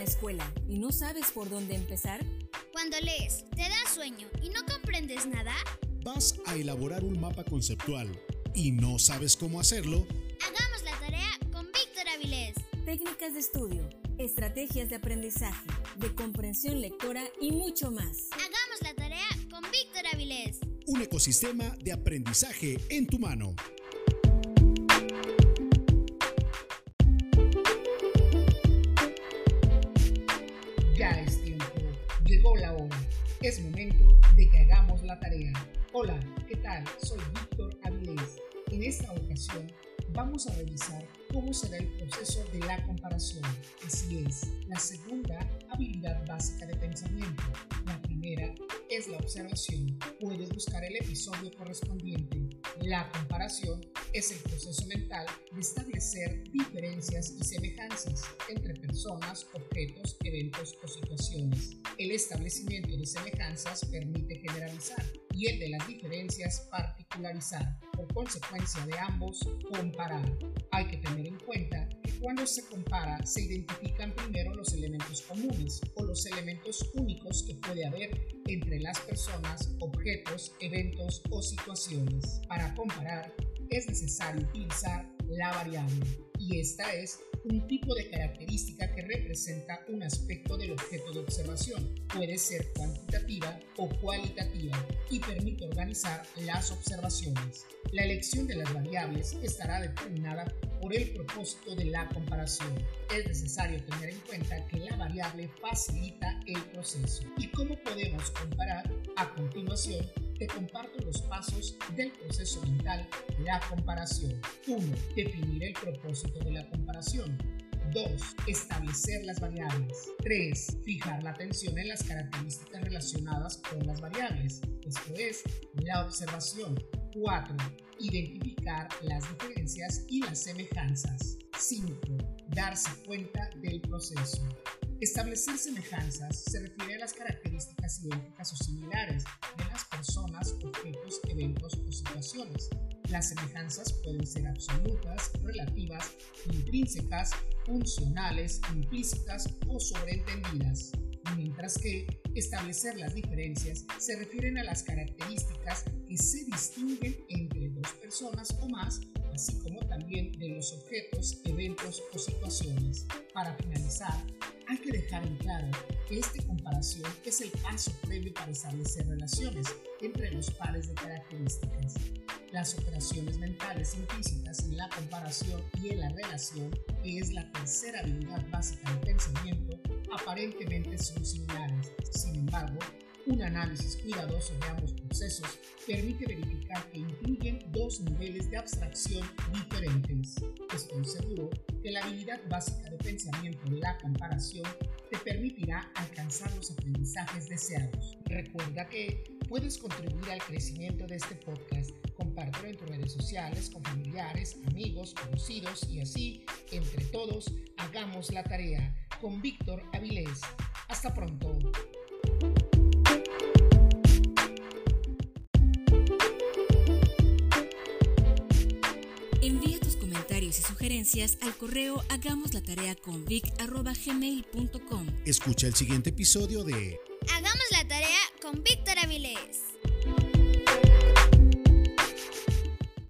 escuela y no sabes por dónde empezar? Cuando lees, ¿te da sueño y no comprendes nada? ¿Vas a elaborar un mapa conceptual y no sabes cómo hacerlo? Hagamos la tarea con Víctor Avilés. Técnicas de estudio, estrategias de aprendizaje, de comprensión lectora y mucho más. Hagamos la tarea con Víctor Avilés. Un ecosistema de aprendizaje en tu mano. Ya es tiempo, llegó la hora, es momento de que hagamos la tarea. Hola, ¿qué tal? Soy Víctor Avilés. En esta ocasión vamos a revisar cómo será el proceso de la comparación. Así es, la segunda habilidad básica de pensamiento. La primera es la observación. Puedes buscar el episodio correspondiente. La comparación es el proceso mental de establecer diferencias y semejanzas entre personas, objetos, eventos o situaciones. El establecimiento de semejanzas permite generalizar y el de las diferencias particularizar. Por consecuencia de ambos, comparar. Hay que tener en cuenta que cuando se compara se identifican primero los elementos comunes o los elementos únicos que puede haber entre las personas, objetos, eventos o situaciones. Para comparar es necesario utilizar la variable, y esta es un tipo de característica que representa un aspecto del objeto de observación. Puede ser cuantitativa o cualitativa y permite organizar las observaciones. La elección de las variables estará determinada por el propósito de la comparación. Es necesario tener en cuenta que la variable facilita el proceso. ¿Y cómo podemos comparar? A continuación, te comparto los pasos del proceso mental de la comparación. 1. Definir el propósito de la comparación. 2. Establecer las variables. 3. Fijar la atención en las características relacionadas con las variables, esto es, la observación. 4. Identificar las diferencias y las semejanzas. 5. Darse cuenta del proceso. Establecer semejanzas se refiere a las características idénticas o similares de las personas, objetos, eventos o situaciones. Las semejanzas pueden ser absolutas, relativas, intrínsecas, funcionales, implícitas o sobreentendidas. Mientras que establecer las diferencias se refieren a las características que se distinguen entre dos personas o más, así como también de los objetos, eventos o situaciones. Para finalizar, hay que dejar en claro que esta comparación es el paso previo para establecer relaciones entre los pares de características. Las operaciones mentales implícitas en la comparación y en la relación, que es la tercera habilidad básica del pensamiento, aparentemente son similares. Sin embargo, un análisis cuidadoso de ambos procesos permite verificar que incluyen dos niveles de abstracción diferentes. Estoy seguro que la habilidad básica de pensamiento de la comparación te permitirá alcanzar los aprendizajes deseados. Recuerda que puedes contribuir al crecimiento de este podcast. Compártelo en tus redes sociales, con familiares, amigos, conocidos y así, entre todos, hagamos la tarea. Con Víctor Avilés. Hasta pronto. Envía tus comentarios y sugerencias al correo hagamoslatareaconvic@gmail.com. Escucha el siguiente episodio de Hagamos la tarea con Víctor